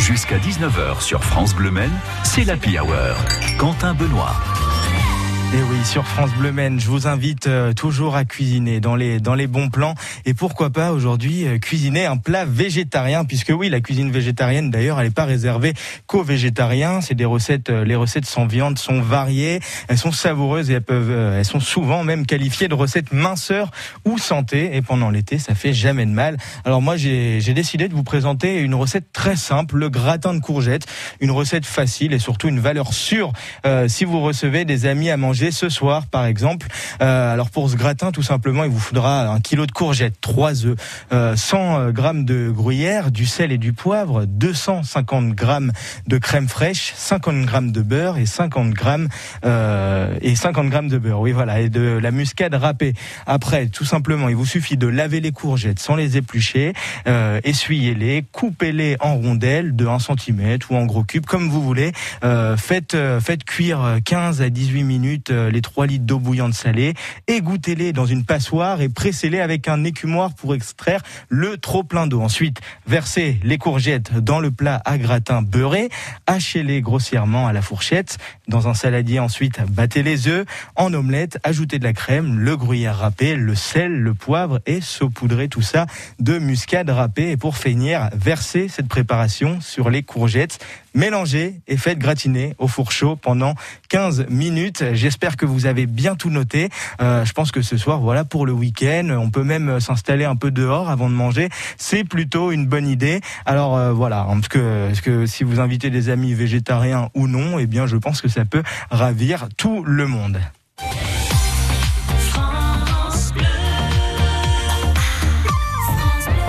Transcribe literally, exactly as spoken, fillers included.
Jusqu'à dix-neuf heures sur France Bleu Maine, c'est l'Happy Hour. Quentin Benoît. Et oui, sur France Bleu Maine, je vous invite euh, toujours à cuisiner dans les dans les bons plans et pourquoi pas aujourd'hui euh, cuisiner un plat végétarien, puisque oui, la cuisine végétarienne d'ailleurs, elle n'est pas réservée qu'aux végétariens. C'est des recettes, euh, les recettes sans viande sont variées, elles sont savoureuses et elles peuvent, euh, elles sont souvent même qualifiées de recettes minceur ou santé. Et pendant l'été, ça fait jamais de mal. Alors moi, j'ai j'ai décidé de vous présenter une recette très simple, le gratin de courgettes, une recette facile et surtout une valeur sûre euh, si vous recevez des amis à manger ce soir par exemple. Euh, alors pour ce gratin, tout simplement, il vous faudra un kilo de courgettes, trois œufs, euh, cent grammes de gruyère, du sel et du poivre, deux cent cinquante grammes de crème fraîche, cinquante grammes de beurre et cinquante grammes euh, et cinquante grammes de beurre. Oui voilà, et de la muscade râpée. Après, tout simplement, il vous suffit de laver les courgettes sans les éplucher, euh, essuyez-les, coupez-les en rondelles de un centimètre ou en gros cubes comme vous voulez. Euh, faites euh, faites cuire quinze à dix-huit minutes les trois litres d'eau bouillante salée, égouttez-les dans une passoire et pressez-les avec un écumoire pour extraire le trop plein d'eau. Ensuite, versez les courgettes dans le plat à gratin beurré, hachez-les grossièrement à la fourchette. Dans un saladier, ensuite, battez les œufs en omelette, ajoutez de la crème, le gruyère râpé, le sel, le poivre et saupoudrez tout ça de muscade râpée. Et pour finir, versez cette préparation sur les courgettes, mélangez et faites gratiner au four chaud pendant quinze minutes. J'espère que vous avez bien tout noté. Euh, je pense que ce soir, voilà, pour le week-end, on peut même s'installer un peu dehors avant de manger. C'est plutôt une bonne idée. Alors euh, voilà, parce que, parce que si vous invitez des amis végétariens ou non, eh bien, je pense que ça peut ravir tout le monde.